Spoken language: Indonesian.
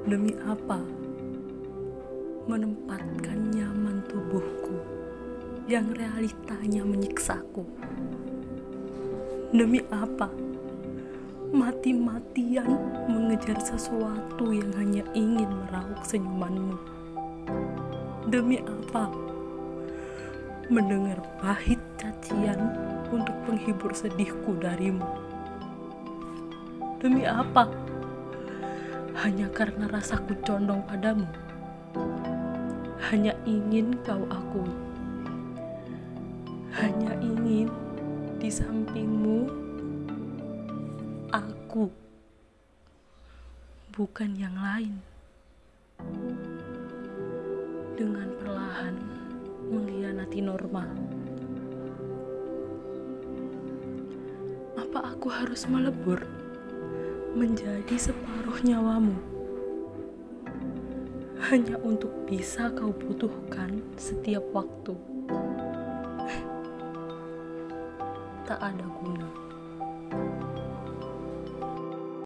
Demi apa menempatkan nyaman tubuhku yang realitanya menyiksaku? Demi apa mati-matian mengejar sesuatu yang hanya ingin meraup senyumanmu? Demi apa mendengar pahit cacian untuk penghibur sedihku darimu? Demi apa? Hanya karena rasaku condong padamu, hanya ingin kau akui, hanya ingin di sampingmu aku, bukan yang lain. Dengan perlahan mengkhianati norma. Apa aku harus melebur menjadi separuh nyawamu hanya untuk bisa kau butuhkan setiap waktu? Tak ada guna.